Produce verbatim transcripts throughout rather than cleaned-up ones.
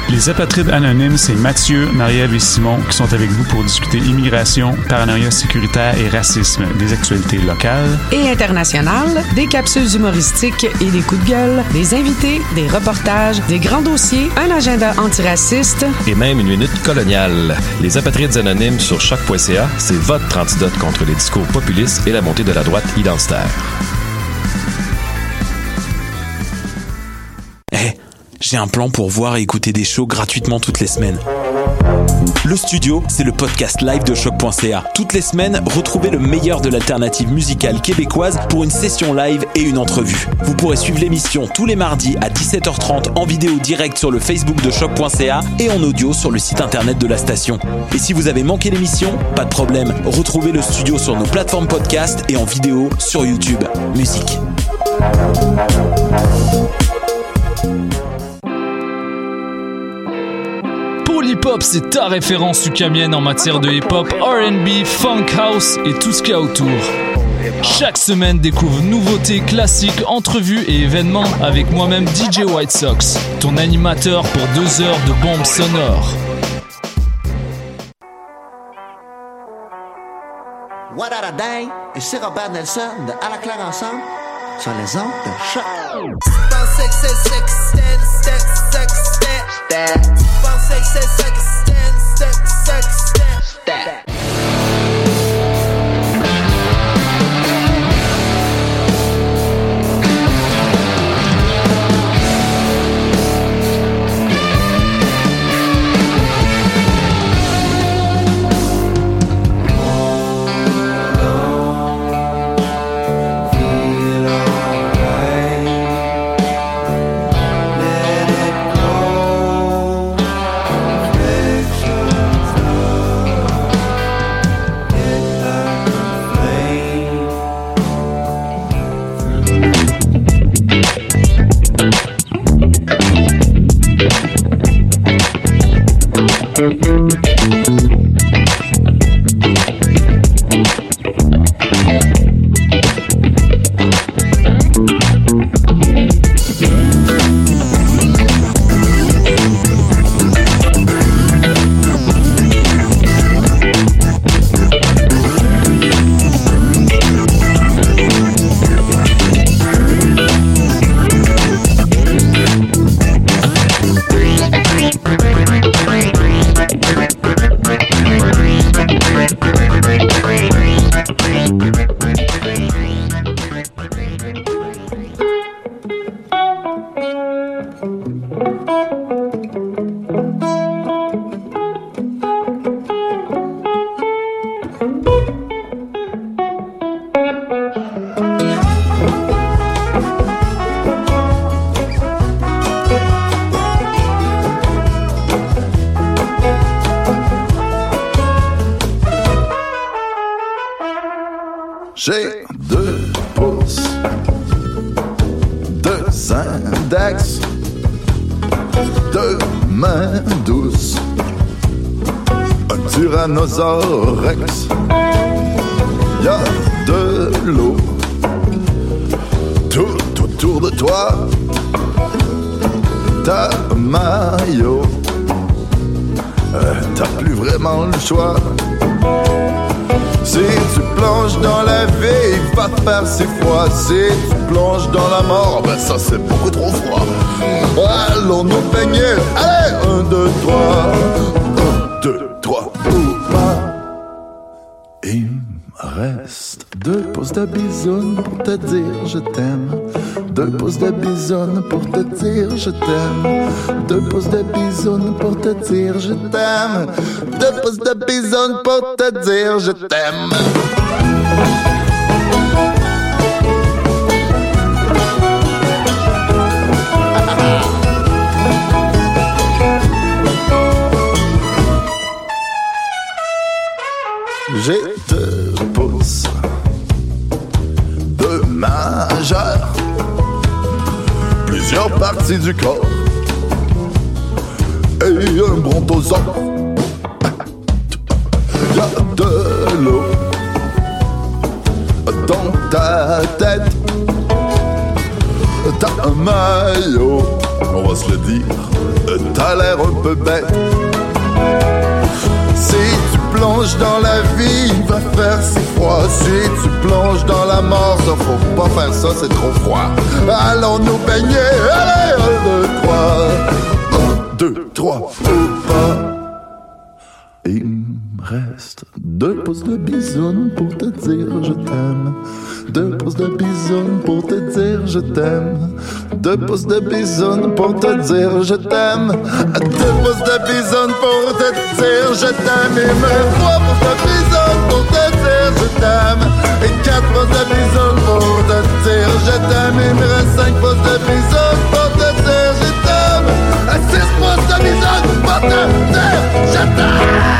Les apatrides anonymes, c'est Mathieu, Marie-Ève et Simon qui sont avec vous pour discuter immigration, paranoïa sécuritaire et racisme, des actualités locales et internationales, des capsules humoristiques et des coups de gueule, des invités, des reportages, des grands dossiers, un agenda antiraciste et même une minute coloniale. Les apatrides anonymes sur choc point c a, c'est votre antidote contre les discours populistes et la montée de la droite identitaire. Hey, j'ai un plan pour voir et écouter des shows gratuitement toutes les semaines. Le Studio, c'est le podcast live de choc point c a. Toutes les semaines, retrouvez le meilleur de l'alternative musicale québécoise pour une session live et une entrevue. Vous pourrez suivre l'émission tous les mardis à dix-sept heures trente en vidéo direct sur le Facebook de choc point c a et en audio sur le site internet de la station. Et si vous avez manqué l'émission, pas de problème, retrouvez le Studio sur nos plateformes podcast et en vidéo sur YouTube. Musique. Polypop, c'est ta référence ukamienne en matière de hip-hop, R and B, funk house et tout ce qu'il y a autour. Chaque semaine, découvre nouveautés, classiques, entrevues et événements avec moi-même D J White Sox, ton animateur pour deux heures de bombes sonores. What a day, et c'est Robert Nelson de À la claire ensemble sur les ondes de choc. J'ai deux pouces, deux index, deux mains douces, un tyrannosaure rex. Y'a de l'eau tout autour de toi, ta maillot, euh, t'as plus vraiment le choix. Si tu plonges dans la vie, il va faire si froid. Si tu plonges dans la mort, ben ça c'est beaucoup trop froid. Allons nous baigner, allez, un, deux, trois. Un, deux, trois, il me reste deux pouces de bisoune pour te dire je t'aime. Deux pouces de bisoune pour te dire je t'aime. Deux pouces de bisoune pour te dire je t'aime. Deux pouces de bisoune pour te dire je t'aime. J'ai deux pouces, deux majeurs, plusieurs parties du corps et un brontosaure. Y'a de l'eau dans ta tête, t'as un maillot, on va se le dire, t'as a l'air un peu bête. Si tu plonges dans la vie, il va faire si froid. Si tu plonges dans la mort, ça faut pas faire ça, c'est trop froid. Allons nous baigner, allez, un, deux, trois. Un, deux, trois, ou pas. Il me reste deux pouces de bisoune pour te dire je t'aime. Deux pouces de bisoune pour te dire je t'aime. Deux pouces de bisoune pour te dire je t'aime. Deux pouces de bisoune pour te dire je t'aime. Il me reste trois pouces de bisoune pour te dire je t'aime. Et quatre pouces de bisoune pour te dire je t'aime. Il me reste cinq pouces de bisoune pour te dire je t'aime. Six pouces de bisoune pour te dire je t'aime.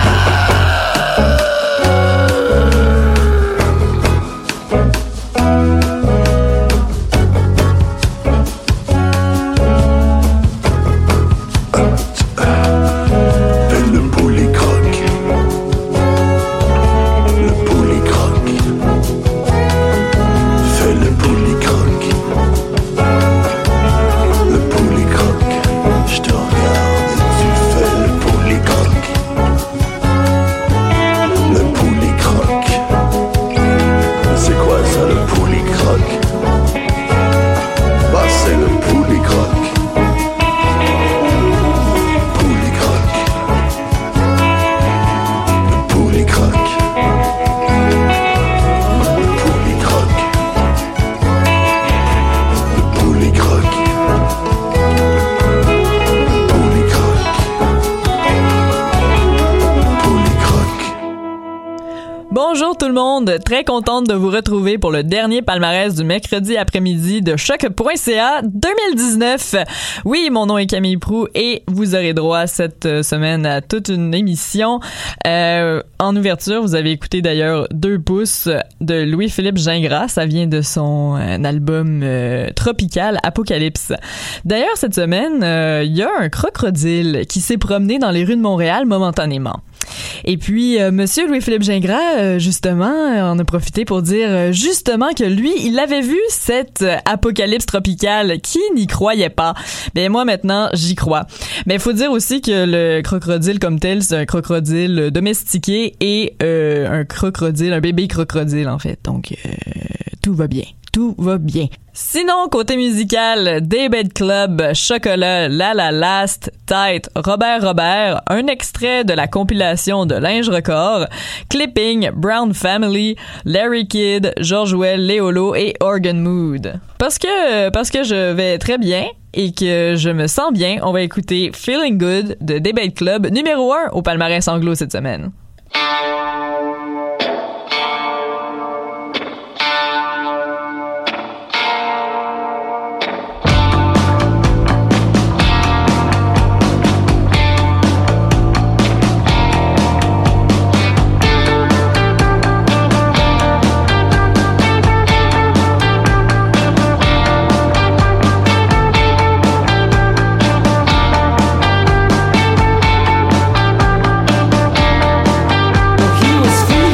Très contente de vous retrouver pour le dernier palmarès du mercredi après-midi de choc point c a deux mille dix-neuf. Oui, mon nom est Camille Proulx et vous aurez droit cette semaine à toute une émission. Euh, en ouverture, vous avez écouté d'ailleurs Deux pouces de Louis-Philippe Gingras. Ça vient de son euh, album euh, tropical Apocalypse. D'ailleurs, cette semaine, il euh, y a un crocodile qui s'est promené dans les rues de Montréal momentanément. Et puis, euh, Monsieur Louis-Philippe Gingras, euh, justement, euh, en a profité pour dire euh, justement que lui, il avait vu cette euh, apocalypse tropicale. Qui n'y croyait pas? Ben moi, maintenant, j'y crois. Mais il faut dire aussi que le crocodile comme tel, c'est un crocodile domestiqué et euh, un crocodile, un bébé crocodile, en fait. Donc, euh, tout va bien. Tout va bien. Sinon, côté musical, Daybed Club, Chocolat, La La Last, Tête, Robert Robert, un extrait de la compilation de Linge Record, Clipping, Brown Family, Larry Kidd, George Well, Léolo et Organ Mood. Parce que, parce que je vais très bien et que je me sens bien, on va écouter Feeling Good de Daybed Club, numéro un au palmarès anglo cette semaine. He was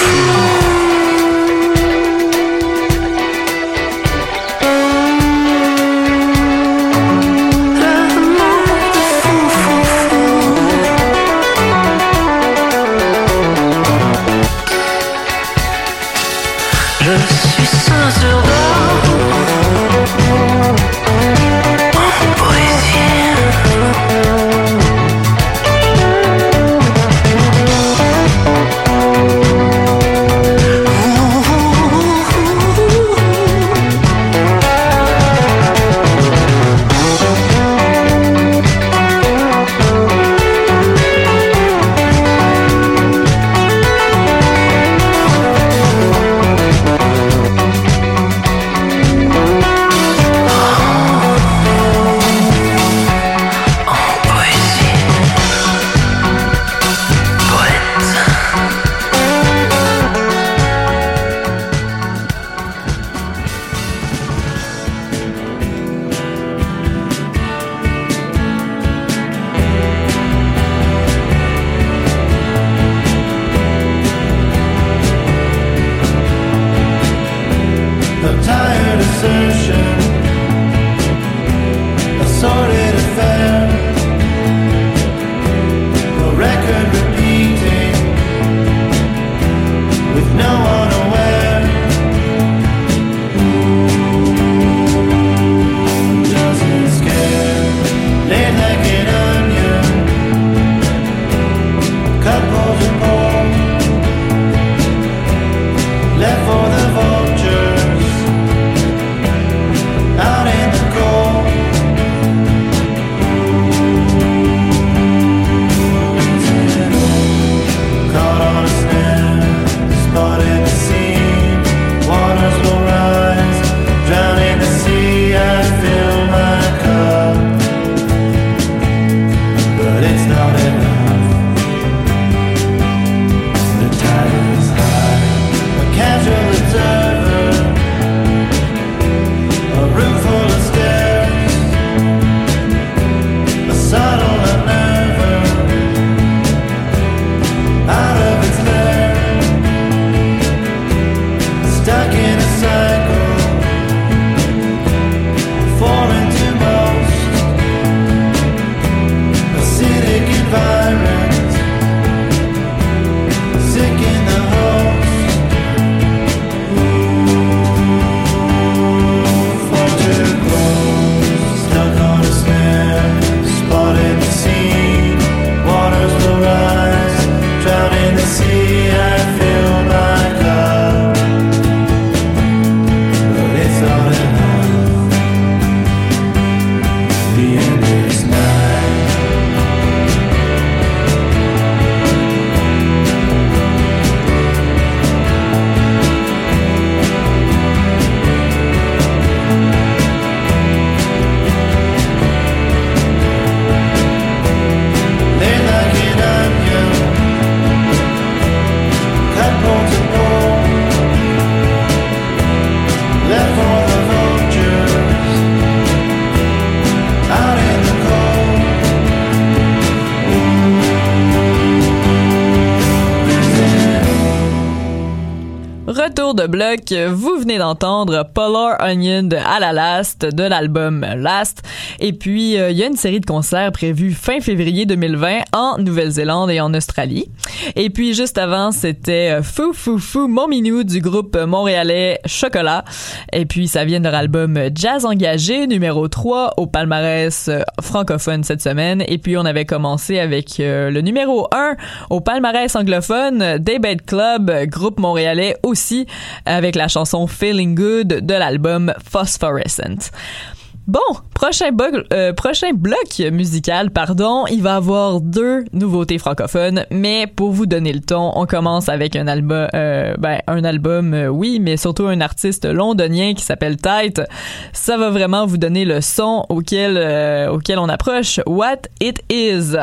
Retour de bloc, vous venez d'entendre Polar Onion de À la Last de l'album Last. Et puis, euh, il y a une série de concerts prévus fin février deux mille vingt en Nouvelle-Zélande et en Australie. Et puis, juste avant, c'était Fou Fou Fou Mon Minou du groupe montréalais Chocolat. Et puis, ça vient de leur album Jazz Engagé, numéro trois au palmarès francophone cette semaine. Et puis, on avait commencé avec euh, le numéro un au palmarès anglophone, Daybed Club, groupe montréalais aussi, avec la chanson Feeling Good de l'album Phosphorescent. Bon, prochain, bo- euh, prochain bloc musical, pardon, il va avoir deux nouveautés francophones, mais pour vous donner le ton, on commence avec un album, euh, ben un album, euh, oui, mais surtout un artiste londonien qui s'appelle Tight. Ça va vraiment vous donner le son auquel euh, auquel on approche. What It Is.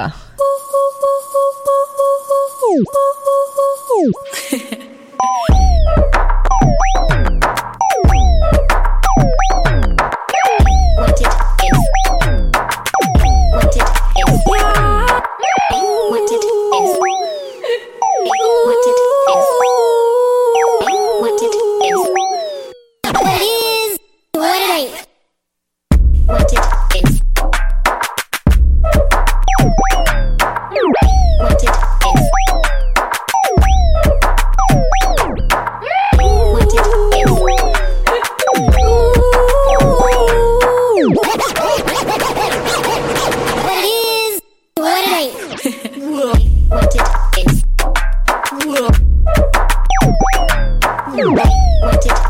What it is. What it is. What it is. What it is.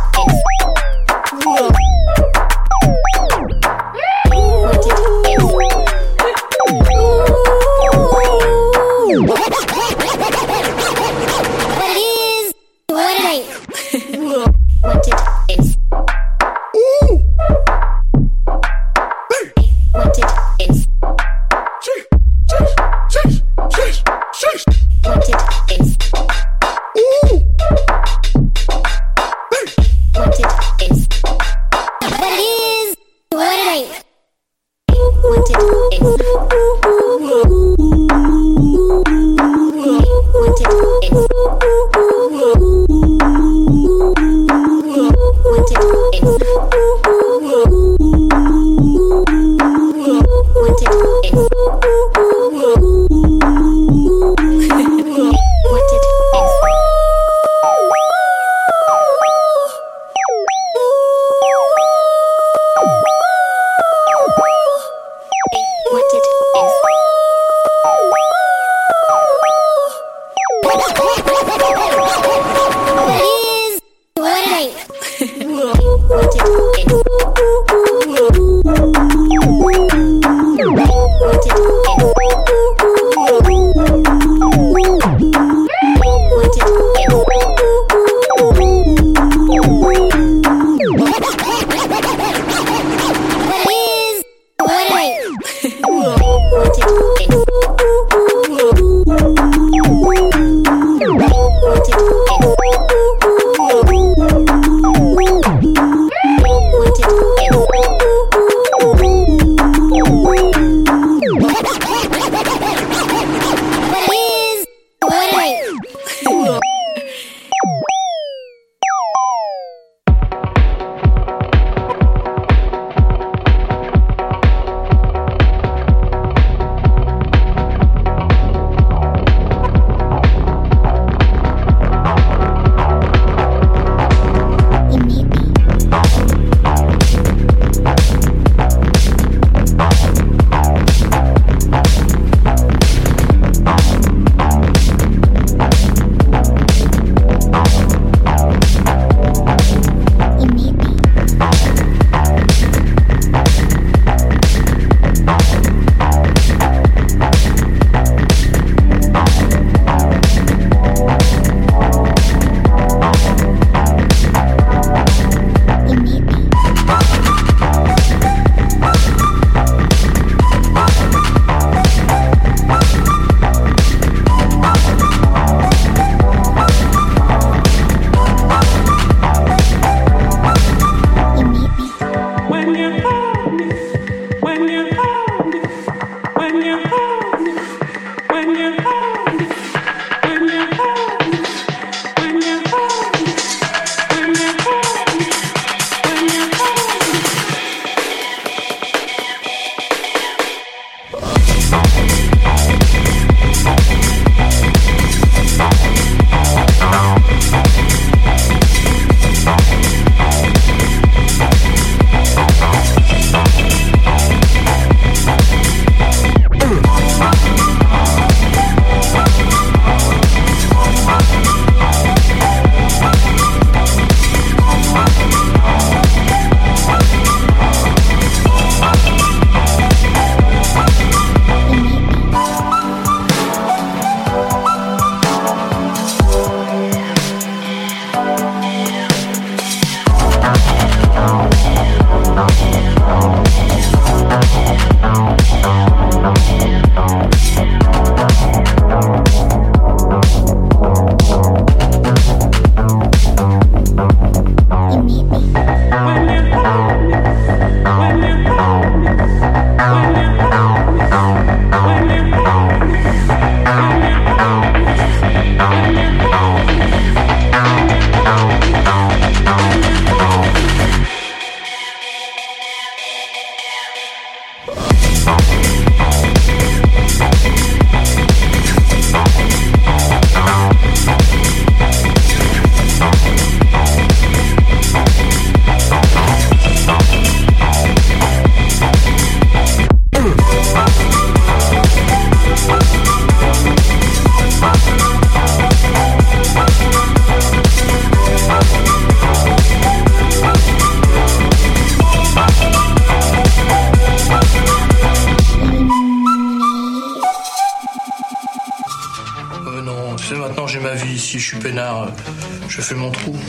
c'est maintenant j'ai ma vie, ici je suis peinard, je fais mon trou.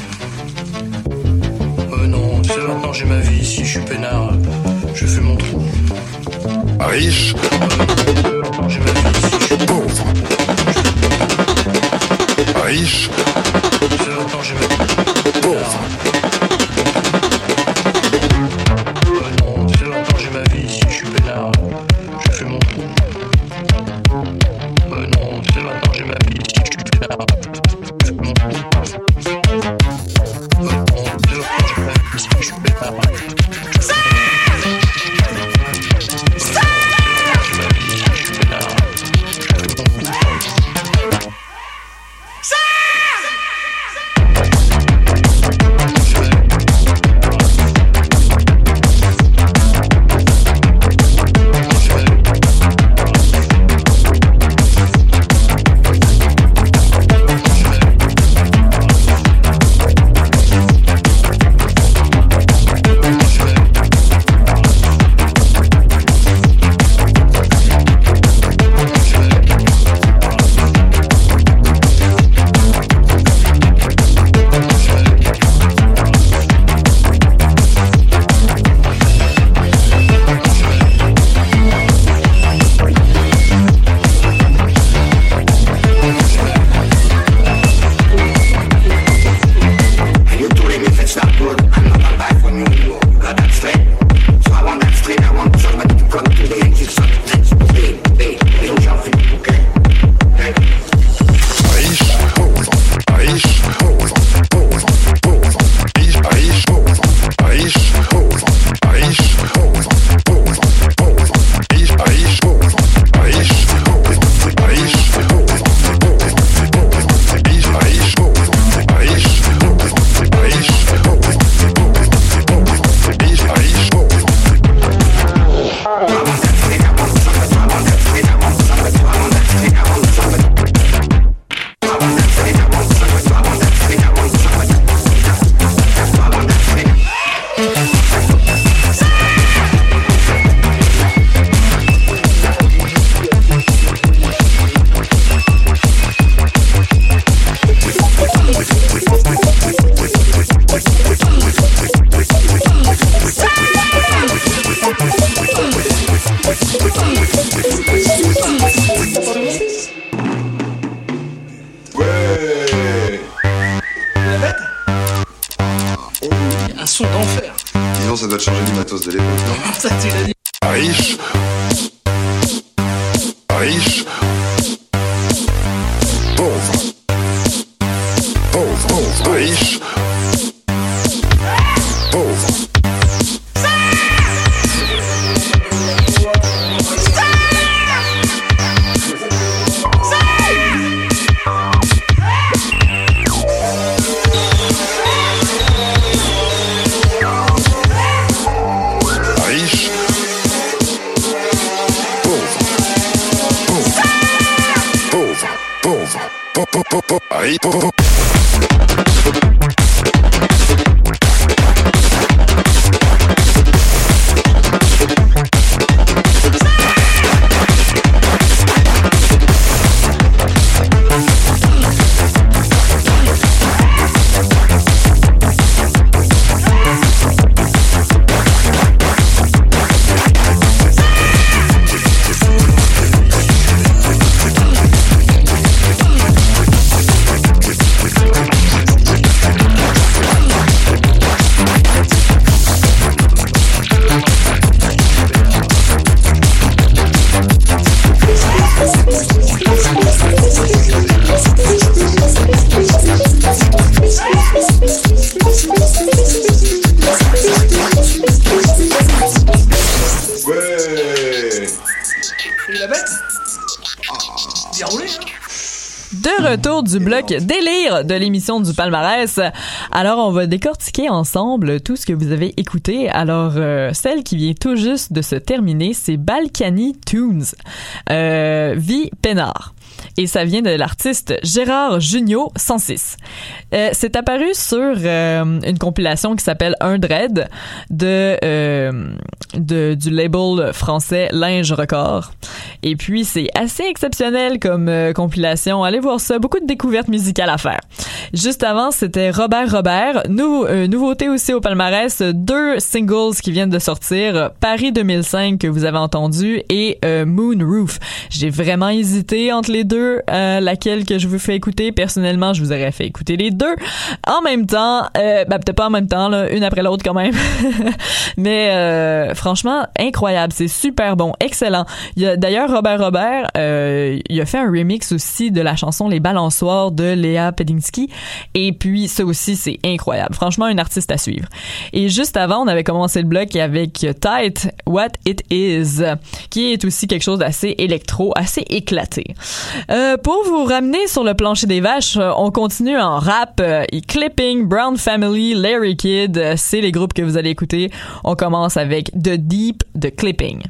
Euh, non, c'est maintenant j'ai ma vie, ici je suis peinard, je fais mon trou. Riche. Euh, maintenant j'ai ma vie, ici je suis pauvre. Riche. C'est maintenant j'ai ma vie, pauvre. Euh, non, c'est maintenant j'ai ma vie, ici je suis peinard, je fais mon trou. Euh, non, c'est maintenant j'ai ma vie, ici je suis peinard, je fais mon trou. Euh, non, c'est maintenant j'ai ma vie, ici je suis peinard. Ça doit te changer du matos de l'époque, non? Ça, tu l'as dit. Riche. Riche. Pauvre. Pauvre. Pauvre. Riche. Pauvre. Ahí, po, po. De retour du bloc délire de l'émission du palmarès. Alors, on va décortiquer ensemble tout ce que vous avez écouté. Alors, euh, celle qui vient tout juste de se terminer, c'est Balkany Tunes, euh, Vie Peinard. et ça vient de l'artiste Gérard Jugnot cent six. Euh, c'est apparu sur euh, une compilation qui s'appelle Un Dread de, euh, de du label français Linge Record. Et puis c'est assez exceptionnel comme euh, compilation. Allez voir ça, beaucoup de découvertes musicales à faire. Juste avant, c'était Robert Robert, nou, euh, nouveauté aussi au palmarès, deux singles qui viennent de sortir, Paris deux mille cinq que vous avez entendu et euh, Moon Roof. J'ai vraiment hésité entre les deux, euh, laquelle que je vous fais écouter. Personnellement, je vous aurais fait écouter les deux en même temps, euh, ben peut-être pas en même temps, là, une après l'autre quand même. Mais euh, franchement, incroyable, c'est super bon, excellent. Il y a d'ailleurs Robert Robert, euh, il a fait un remix aussi de la chanson Les Balançoires de Léa Pedinsky, et puis ça aussi c'est incroyable. Franchement, une artiste à suivre. Et juste avant, on avait commencé le bloc avec Tight, What It Is, qui est aussi quelque chose d'assez électro, assez éclaté. Euh, pour vous ramener sur le plancher des vaches, on continue en rap. Euh, Clipping, Brown Family, Larry Kidd, euh, c'est les groupes que vous allez écouter. On commence avec The Deep de Clipping.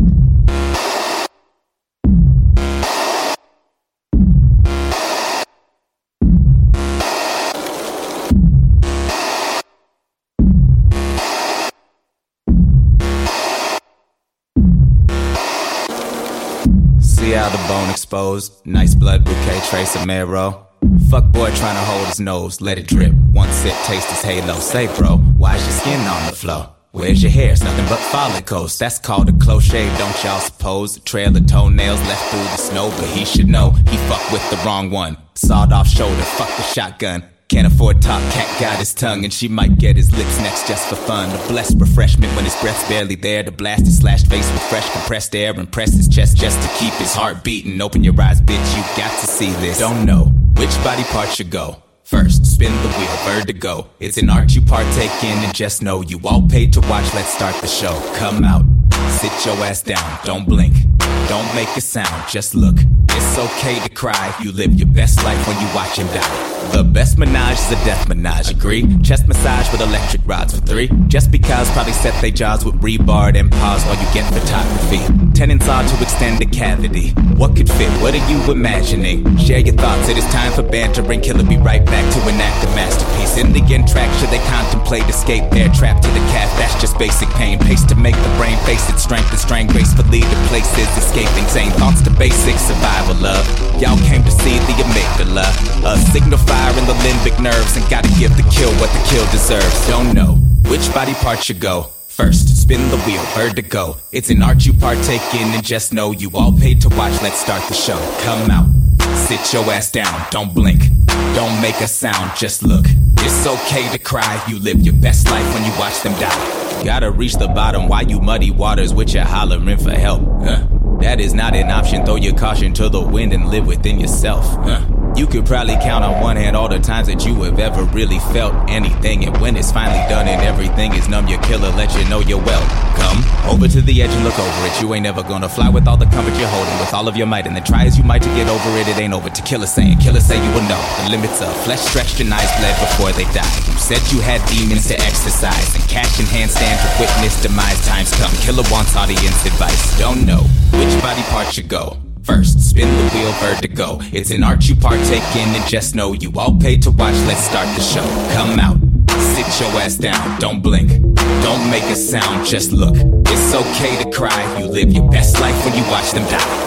See how the bone exposed, nice blood bouquet, trace of marrow. Fuck boy trying to hold his nose, let it drip. One sip, taste his halo. Say bro, why's your skin on the floor? Where's your hair? It's nothing but follicles. That's called a close shave, don't y'all suppose? A trail of toenails left through the snow, but he should know he fucked with the wrong one. Sawed off shoulder, fuck the shotgun. Can't afford top, cat got his tongue, and she might get his lips next just for fun. A blessed refreshment when his breath's barely there to blast his slashed face with fresh compressed air and press his chest just to keep his heart beating. Open your eyes, bitch, you got to see this. Don't know which body part should go first. Spin the wheel, vertigo. It's an art you partake in, and just know you all paid to watch. Let's start the show. Come out, sit your ass down, don't blink, don't make a sound, just look. It's okay to cry, you live your best life when you watch him die. The best menage is a death menage, agree? Chest massage with electric rods for three. Just because probably set they jaws with rebar and pause while you get photography. Tenants are to extend the cavity. What could fit? What are you imagining? Share your thoughts, it is time for bantering. Killer be right back to enact a masterpiece. In the end track, should they contemplate escape? They're trapped to the calf, that's just basic pain. Pace to make the brain face its strength and strain gracefully to places. Escaping sane thoughts to basic survival love. Y'all came to see the amygdala, a signal fire in the limbic nerves, and gotta give the kill what the kill deserves. Don't know which body part should go first. Spin the wheel, vertigo. It's an art you partake in, and just know you all paid to watch. Let's start the show. Come out, sit your ass down, don't blink, don't make a sound, just look. It's okay to cry, you live your best life when you watch them die. Gotta reach the bottom while you muddy waters with your hollering for help. Huh. That is not an option, throw your caution to the wind and live within yourself. Huh. You could probably count on one hand all the times that you have ever really felt anything. And when it's finally done and everything is numb, your killer let you know you're well. Come over to the edge and look over it. You ain't never gonna fly with all the comfort you're holding, with all of your might. And then try as you might to get over it, it ain't over. To killer saying, killer say you will know the limits of flesh stretched and eyes bled before they die. You said you had demons to exercise, and cash in hand stand to witness demise. Times come, killer wants audience advice. Don't know which body part should go first. Spin the wheel, vertigo. It's an art you partake in, and just know you all paid to watch. Let's start the show. Come out, sit your ass down, don't blink, don't make a sound, just look. It's okay to cry, you live your best life when you watch them die.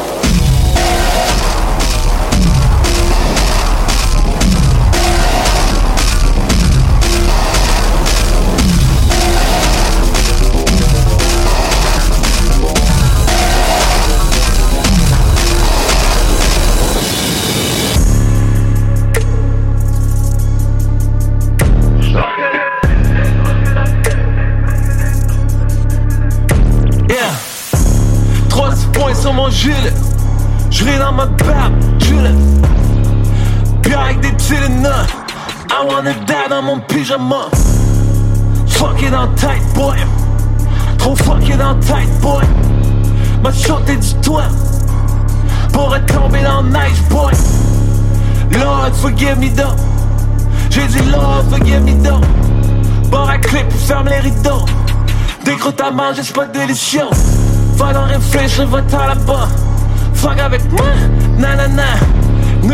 Je ris dans ma barbe, chillin'. Puis avec des Tylenol, I wanna die dans mon pyjama. Fuck it en tight boy, trop fuck it en tight boy. M'a sauté du toit pour être tombé dans la neige boy. Lord forgive me though, j'ai dit Lord forgive me though. Bord à clé puis ferme les rideaux. Des croûtes à manger c'est pas délicieux. Va donc réfléchir, va-t'en là-bas. Fuck avec moi, nanana.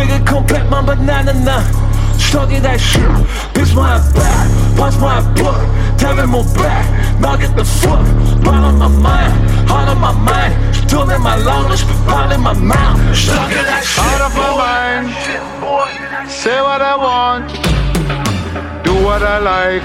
nigga complètement banana. J't'en that shit, bitch-moi un back, passe-moi un book, t'avais mon back, now get the fuck, ball on my mind, heart on my mind, j'tourne ma langue, j'peux parler ma main, j't'en that shit, out of my mind, say what I want, do what I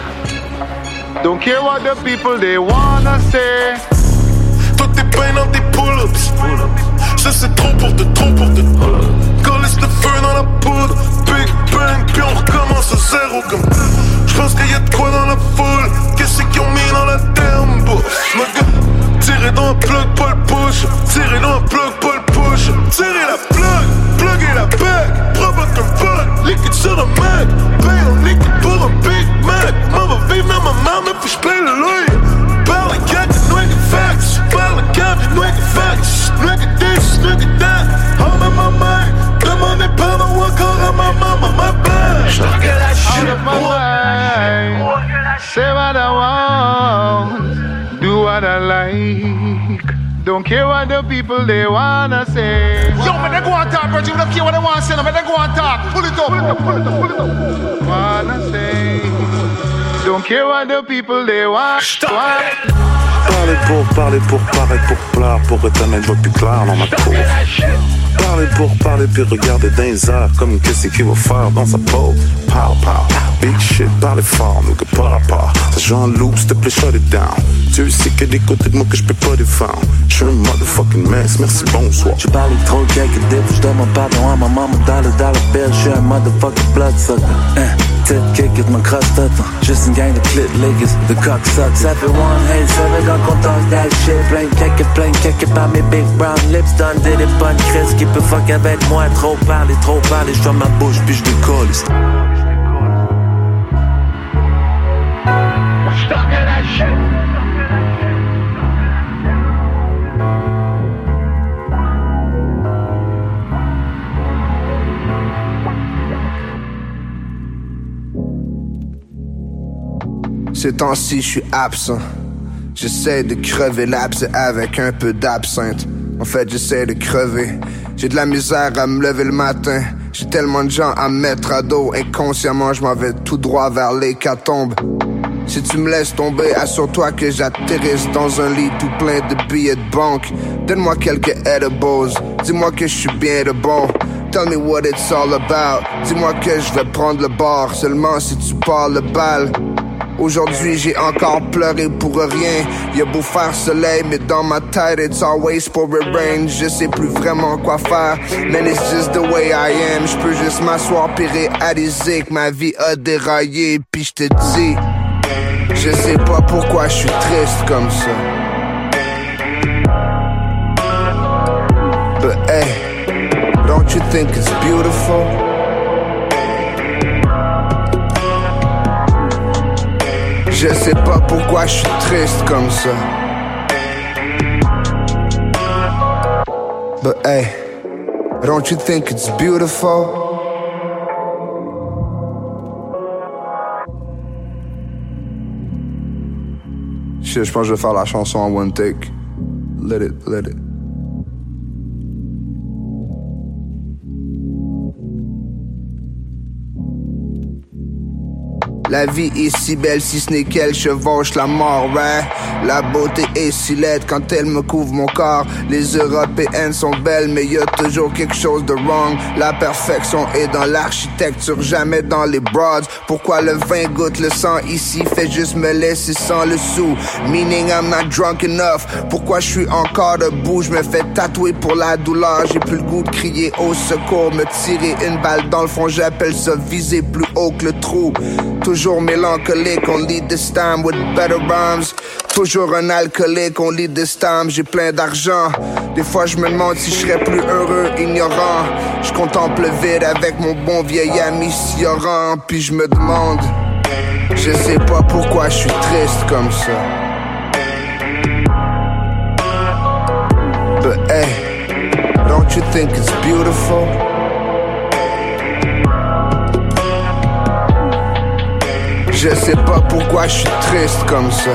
like, don't care what the people they wanna say. Toi t'es bien dans tes pull-ups, ça c'est trop pour te, trop pour te, collisse le feu dans la poudre, Big Bang, puis on recommence à zéro comme. J'pense qu'il y a de quoi dans la foule, qu'est-ce qu'ils ont mis dans la terme boss. Le gars, tirez dans un plug, pas le push, tirez dans un plug, pas le push, tirez la plug, plugger la bague, provoque un fuck, liquide sur le Mac, paye un liquide pour un Big Mac, m'en va vivre dans ma main, puis j'paye le loyer. Parle cap, you nigga facts. Parle cap, you nigga facts. Nigga this, nigga that. All in my mind. Demandez pardon encore à ma maman, ma bad. J't'en get that shit, out of my mind, say what I want, do what I like. Don't care what the people they wanna say. Yo, man, they go on talk, bro. You don't care what they want to say, no, man, they go on talk. Pull it up, pull it up, pull it up, pull it up. Wanna say. Don't care what the people they want. Parler pour, parler pour, paraître pour plaire, pour étonner une voix plus claire dans ma cour. Parler pour, parler puis regarder dans les airs comme qu'est-ce qu'il va faire dans sa peau. Pow, pow, big shit, parler fort, nous que par rapport. Ça joue en loop, s'il te plaît, shut it down. Tu sais que des côtés de moi que je peux pas défendre. Je suis un motherfucking mess, merci, bonsoir. Je parle trop de quelques dips, je demande pardon à ma maman dans le dollar bill. Je suis un motherfucking bloodsucker. Hein, tête kick it, mon cross tête. Juste une gang de clit lickers, the cock sucks. Ça fait one, hey, seven, donc on talk that shit. Plein de cake, plein de cake par mes big brown lips. Done did it, bonne Chris qui peut fuck avec moi. Trop parler, trop parler, je ma bouche puis je décolle. Stuck in that shit. Ces temps-ci, je suis absent. J'essaie de crever l'abcès avec un peu d'absinthe. En fait, j'essaie de crever. J'ai de la misère à me lever le matin. J'ai tellement de gens à me mettre à dos. Inconsciemment, je m'en vais tout droit vers l'hécatombe. Si tu me laisses tomber, assure-toi que j'atterrisse dans un lit tout plein de billets de banque. Donne-moi quelques edibles. Dis-moi que je suis bien de bon. Tell me what it's all about. Dis-moi que je vais prendre le bord seulement si tu parles le bal. Aujourd'hui j'ai encore pleuré pour rien. Y'a beau faire soleil mais dans ma tête it's always pour a rain. Je sais plus vraiment quoi faire. Man it's just the way I am. J'peux juste m'asseoir pis réaliser que ma vie a déraillé. Pis j'te dis, je sais pas pourquoi je suis triste comme ça. But hey, don't you think it's beautiful? Je sais pas pourquoi je suis triste comme ça. But hey, don't you think it's beautiful? Shit, je pense que je vais faire la chanson en one take. Let it, let it. La vie est si belle si ce n'est qu'elle chevauche la mort, ouais. La beauté est si laide quand elle me couvre mon corps. Les européennes sont belles mais y a toujours quelque chose de wrong. La perfection est dans l'architecture, jamais dans les broads. Pourquoi le vin goûte le sang ici fait juste me laisser sans le sou? Meaning I'm not drunk enough. Pourquoi je suis encore debout? Je me fais tatouer pour la douleur. J'ai plus le goût de crier au secours. Me tirer une balle dans le front, j'appelle ça viser plus haut que le trou. Toujours mélancolique, on lead this time with better rhymes. Toujours un alcoolique, on lead this time, j'ai plein d'argent. Des fois je me demande si je serais plus heureux, ignorant. Je contemple le vide avec mon bon vieil ami Sioran. Puis je me demande, je sais pas pourquoi je suis triste comme ça. But hey, don't you think it's beautiful? Je sais pas pourquoi je suis triste comme ça.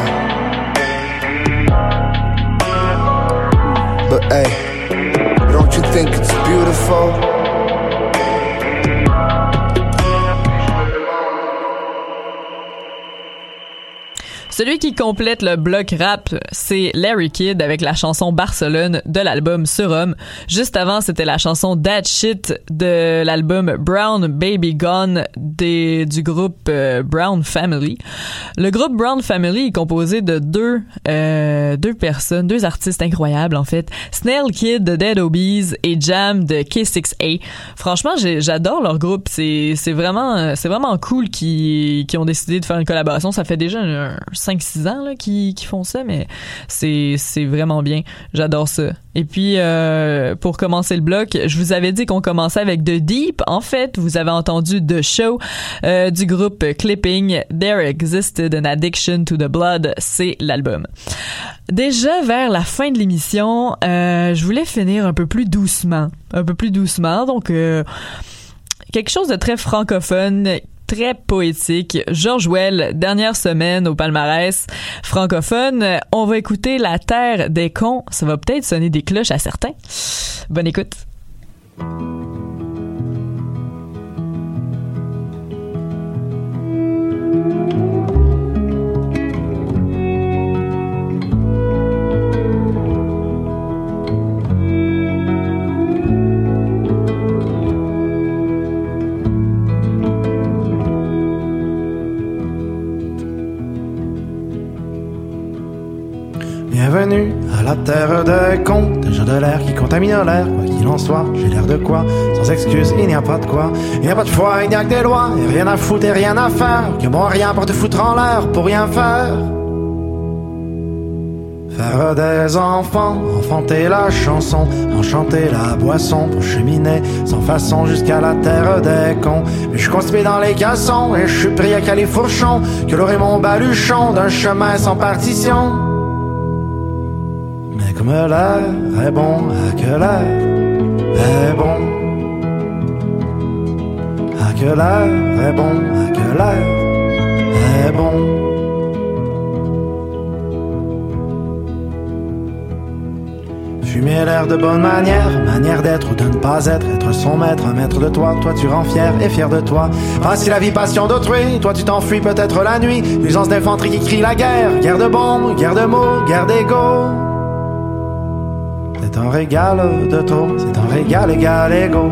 But hey, don't you think it's beautiful? Celui qui complète le bloc rap, c'est Larry Kidd avec la chanson Barcelone de l'album Surhomme. Juste avant, c'était la chanson That Shit de l'album Brown Baby Gone des, du groupe euh, Brown Family. Le groupe Brown Family est composé de deux, euh, deux personnes, deux artistes incroyables en fait. Snail Kid de Dead Obies et Jam de K six A. Franchement, j'ai, j'adore leur groupe. C'est, c'est vraiment, c'est vraiment cool qu'ils, qu'ils ont décidé de faire une collaboration. Ça fait déjà un, un cinq six ans là qui qui font ça, mais c'est c'est vraiment bien. J'adore ça. Et puis euh, pour commencer le bloc, je vous avais dit qu'on commençait avec The Deep. En fait, vous avez entendu The Show euh, du groupe Clipping. There Existed an Addiction to the Blood, c'est l'album. Déjà vers la fin de l'émission, euh, je voulais finir un peu plus doucement, un peu plus doucement. Donc euh, quelque chose de très francophone, très poétique. George Well, dernière semaine au palmarès francophone. On va écouter La Terre des cons. Ça va peut-être sonner des cloches à certains. Bonne écoute. Bienvenue à la terre des cons, déjà de l'air qui contamine l'air, quoi qu'il en soit, j'ai l'air de quoi, sans excuse, il n'y a pas de quoi, il n'y a pas de foi, il n'y a que des lois, et rien à foutre et rien à faire, que bon rien pour te foutre en l'air, pour rien faire. Faire des enfants, enfanter la chanson, enchanter la boisson pour cheminer sans façon jusqu'à la terre des cons. Mais je suis constipé dans les cassons et je suis pris à califourchon, que l'aurait mon baluchon d'un chemin sans partition. Mais comme l'air est bon, ah que l'air est bon, ah que l'air est bon, ah que l'air est bon. Fumer l'air de bonne manière, manière d'être ou de ne pas être, être son maître, un maître de toi, toi tu rends fier et fier de toi. Voici la vie passion d'autrui, toi tu t'enfuis peut-être la nuit, l'usance d'infanterie qui crie la guerre, guerre de bombes, guerre de mots, guerre d'ego. C'est un régal de taux, c'est un régal égal égaux.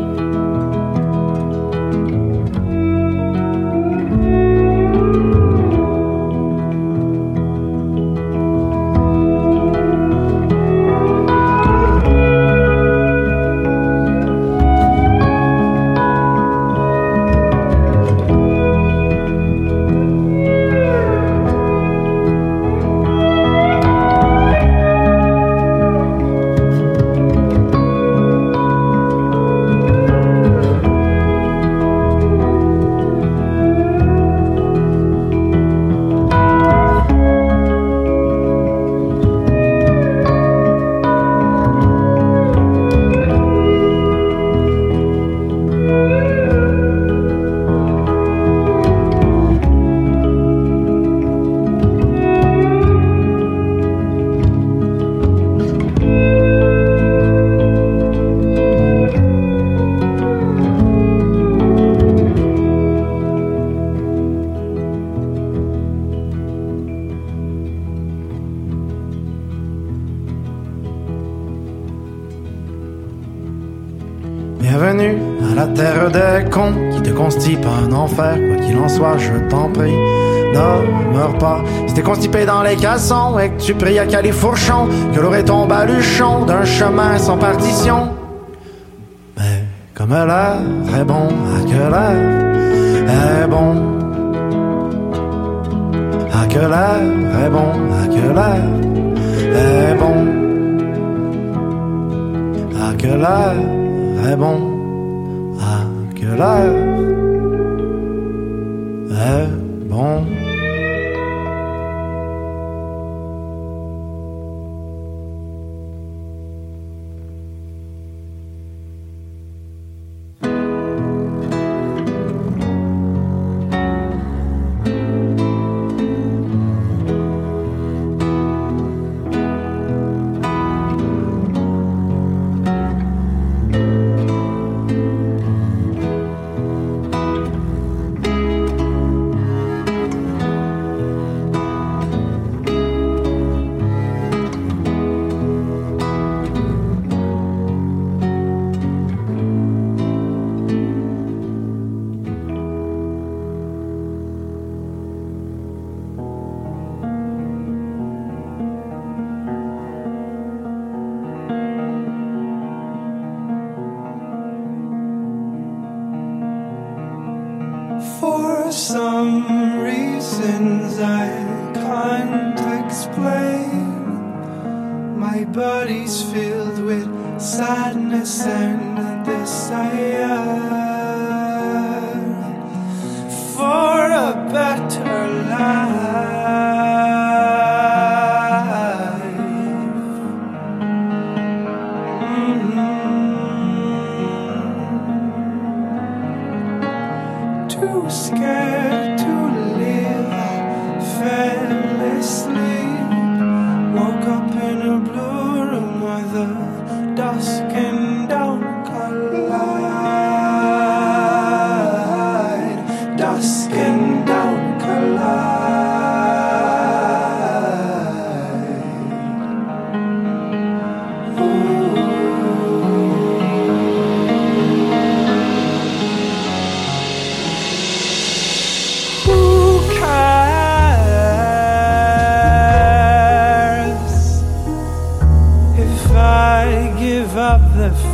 Bienvenue à la terre des cons qui te constipe un enfer, quoi qu'il en soit, je t'en prie. Ne meurs pas, si t'es constipé dans les cassons et que tu pries à califourchon, que l'aurait ton baluchon d'un chemin sans partition. Mais comme l'air est bon, ah que l'air est bon, ah que l'air est bon, ah que l'air est bon, ah que l'air est bon, ah que l'air est bon. some reasons I can't explain, my body's filled with sadness and desire for a better life. Too scared to live, I fell asleep. Woke up in a blue room where the dusk and dawn collide. Dusk and dawn collide. Ooh. Up the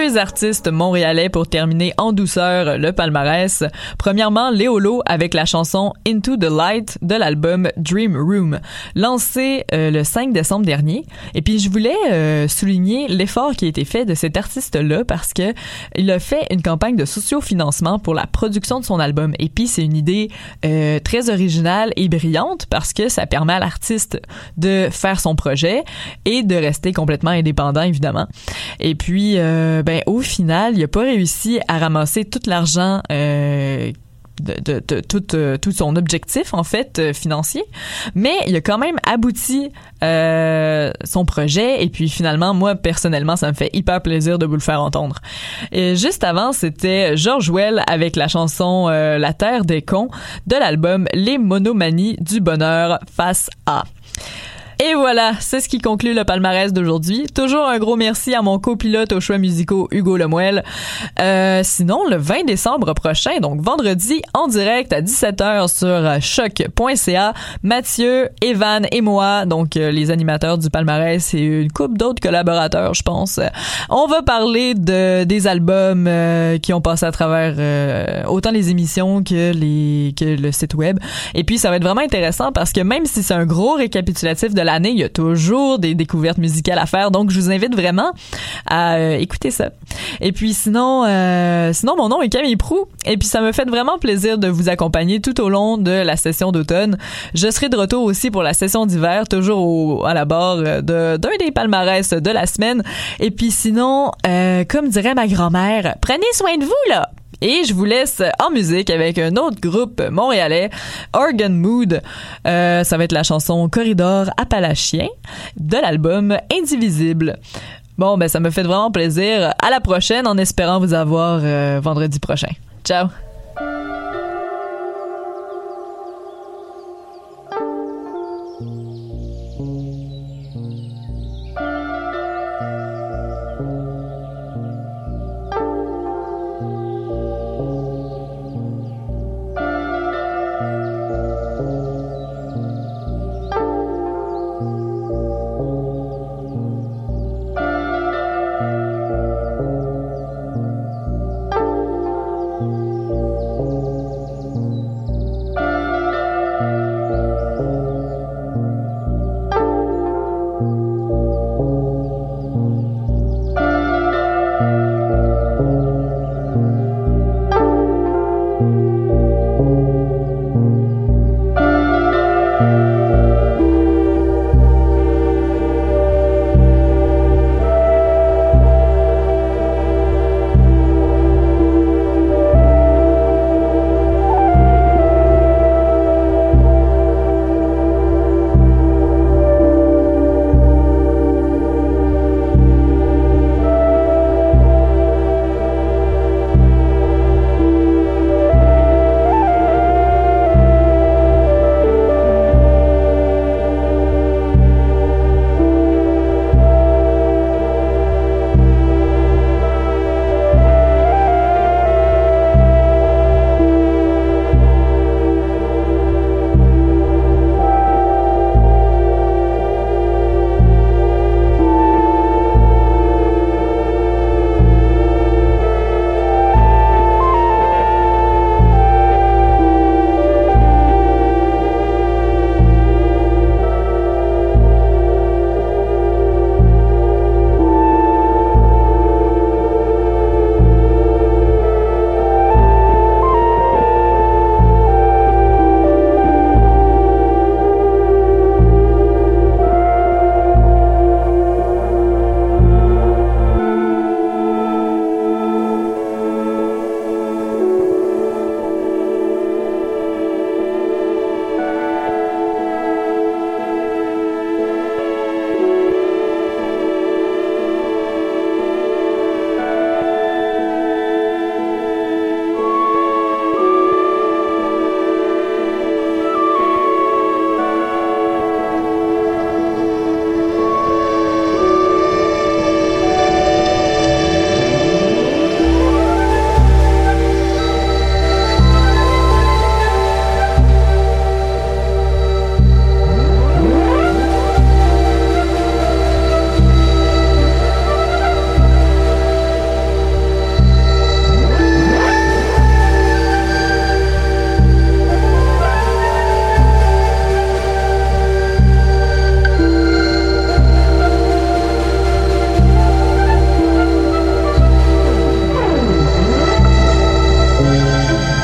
deux artistes montréalais pour terminer en douceur le palmarès. Premièrement, Léolo avec la chanson Into the Light de l'album Dream Room, lancé euh, le cinq décembre dernier. Et puis je voulais euh, souligner l'effort qui a été fait de cet artiste-là parce que il a fait une campagne de sociofinancement pour la production de son album. Et puis c'est une idée euh, très originale et brillante parce que ça permet à l'artiste de faire son projet et de rester complètement indépendant, évidemment. Et puis, euh, ben au final, il a pas réussi à ramasser tout l'argent euh, de, de, de tout, euh, tout son objectif, en fait, euh, financier. Mais il a quand même abouti euh, son projet. Et puis, finalement, moi, personnellement, ça me fait hyper plaisir de vous le faire entendre. Et juste avant, c'était George Well avec la chanson euh, La Terre des cons de l'album Les Monomanies du Bonheur face à. Et voilà, c'est ce qui conclut le palmarès d'aujourd'hui. Toujours un gros merci à mon copilote aux choix musicaux, Hugo Lemuel. Euh, sinon, le vingt décembre prochain, donc vendredi, en direct à dix-sept heures sur choc point c a, Mathieu, Evan et moi, donc euh, les animateurs du palmarès et une couple d'autres collaborateurs, je pense, on va parler de des albums euh, qui ont passé à travers euh, autant les émissions que les que le site web. Et puis, ça va être vraiment intéressant parce que même si c'est un gros récapitulatif de l'année, il y a toujours des découvertes musicales à faire, donc je vous invite vraiment à euh, écouter ça. Et puis sinon, euh, sinon mon nom est Camille Proulx, et puis ça me fait vraiment plaisir de vous accompagner tout au long de la session d'automne. Je serai de retour aussi pour la session d'hiver, toujours au, à la barre de, d'un des palmarès de la semaine. Et puis sinon, euh, comme dirait ma grand-mère, prenez soin de vous, là! Et je vous laisse en musique avec un autre groupe montréalais, Organ Mood. Euh, ça va être la chanson Corridor Appalachien de l'album Indivisible. Bon, ben ça me fait vraiment plaisir. À la prochaine, en espérant vous avoir euh, vendredi prochain. Ciao!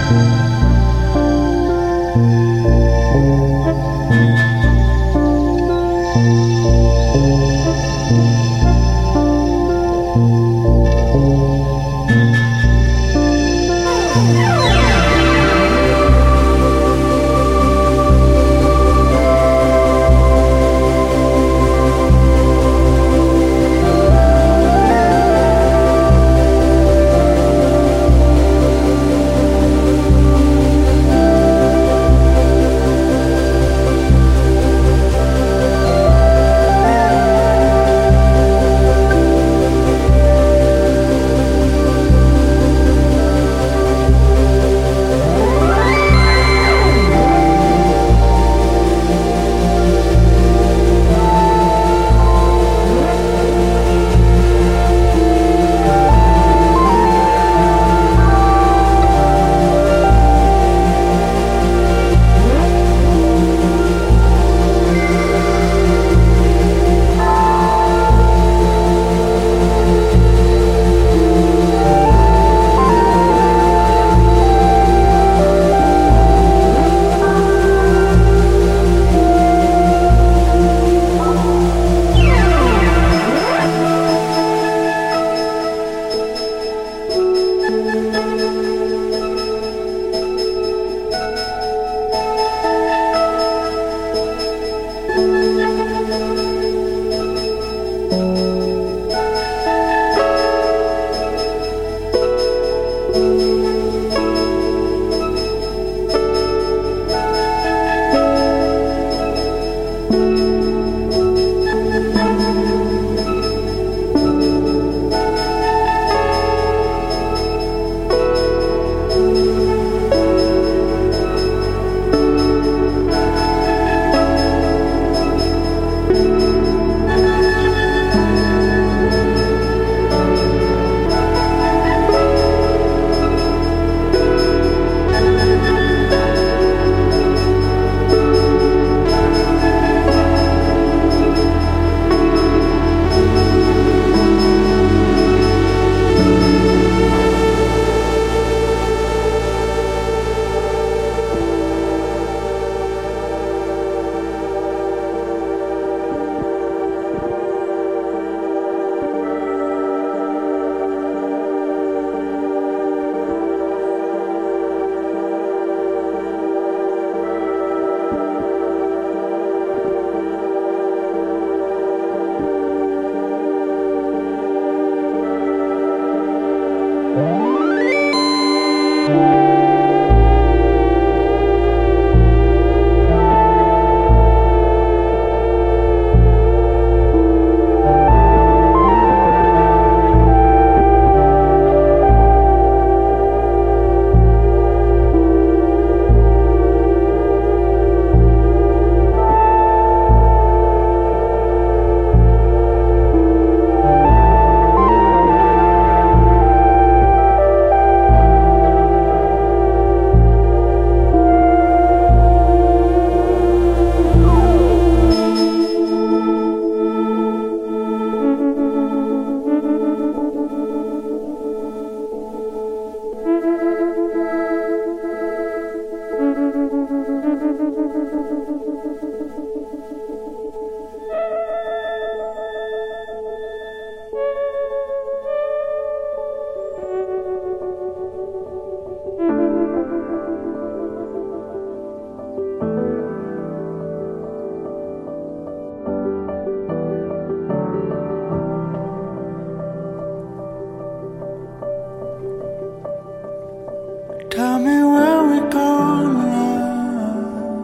Tell me where we going now.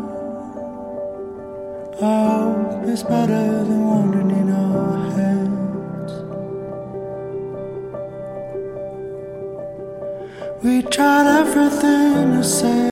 I hope it's better than wandering in our heads. We tried everything to say.